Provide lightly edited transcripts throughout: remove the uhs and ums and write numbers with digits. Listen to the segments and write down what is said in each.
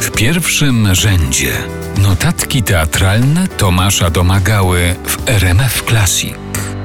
W pierwszym rzędzie. Notatki teatralne Tomasza Domagały w RMF Classic.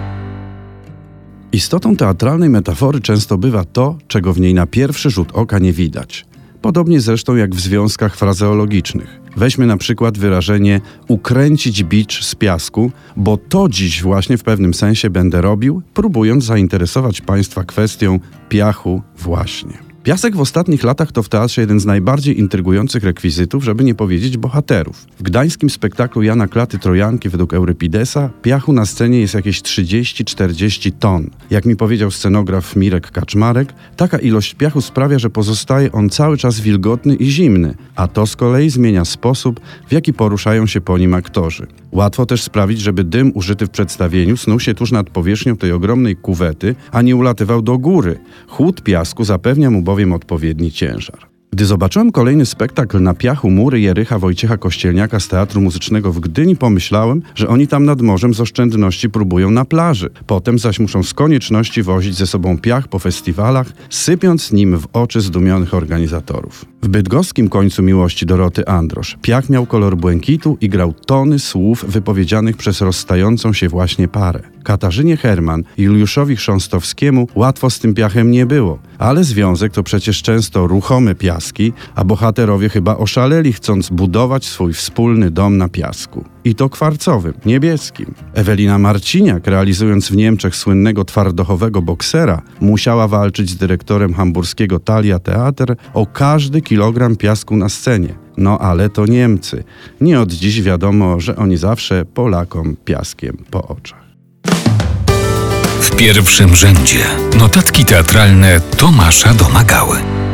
Istotą teatralnej metafory często bywa to, czego w niej na pierwszy rzut oka nie widać. Podobnie zresztą jak w związkach frazeologicznych. Weźmy na przykład wyrażenie ukręcić bicz z piasku, bo to dziś właśnie w pewnym sensie będę robił, próbując zainteresować Państwa kwestią piachu właśnie. Piasek w ostatnich latach to w teatrze jeden z najbardziej intrygujących rekwizytów, żeby nie powiedzieć bohaterów. W gdańskim spektaklu Jana Klaty Trojanki według Eurypidesa piachu na scenie jest jakieś 30-40 ton. Jak mi powiedział scenograf Mirek Kaczmarek, taka ilość piachu sprawia, że pozostaje on cały czas wilgotny i zimny, a to z kolei zmienia sposób, w jaki poruszają się po nim aktorzy. Łatwo też sprawić, żeby dym użyty w przedstawieniu snuł się tuż nad powierzchnią tej ogromnej kuwety, a nie ulatywał do góry. Chłód piasku zapewnia mu bowiem odpowiedni ciężar. Gdy zobaczyłem kolejny spektakl na piachu Mury Jericha Wojciecha Kościelniaka z Teatru Muzycznego w Gdyni, pomyślałem, że oni tam nad morzem z oszczędności próbują na plaży. Potem zaś muszą z konieczności wozić ze sobą piach po festiwalach, sypiąc nim w oczy zdumionych organizatorów. W bydgoskim Końcu miłości Doroty Androsz piach miał kolor błękitu i grał tony słów wypowiedzianych przez rozstającą się właśnie parę. Katarzynie Herman i Juliuszowi Chrząstowskiemu łatwo z tym piachem nie było, ale związek to przecież często ruchome piaski, a bohaterowie chyba oszaleli, chcąc budować swój wspólny dom na piasku. I to kwarcowym, niebieskim. Ewelina Marciniak, realizując w Niemczech słynnego twardochowego boksera, musiała walczyć z dyrektorem hamburskiego Thalia Theater o każdy kilogram piasku na scenie. No ale to Niemcy. Nie od dziś wiadomo, że oni zawsze Polakom piaskiem po oczach. W pierwszym rzędzie. Notatki teatralne Tomasza Domagały.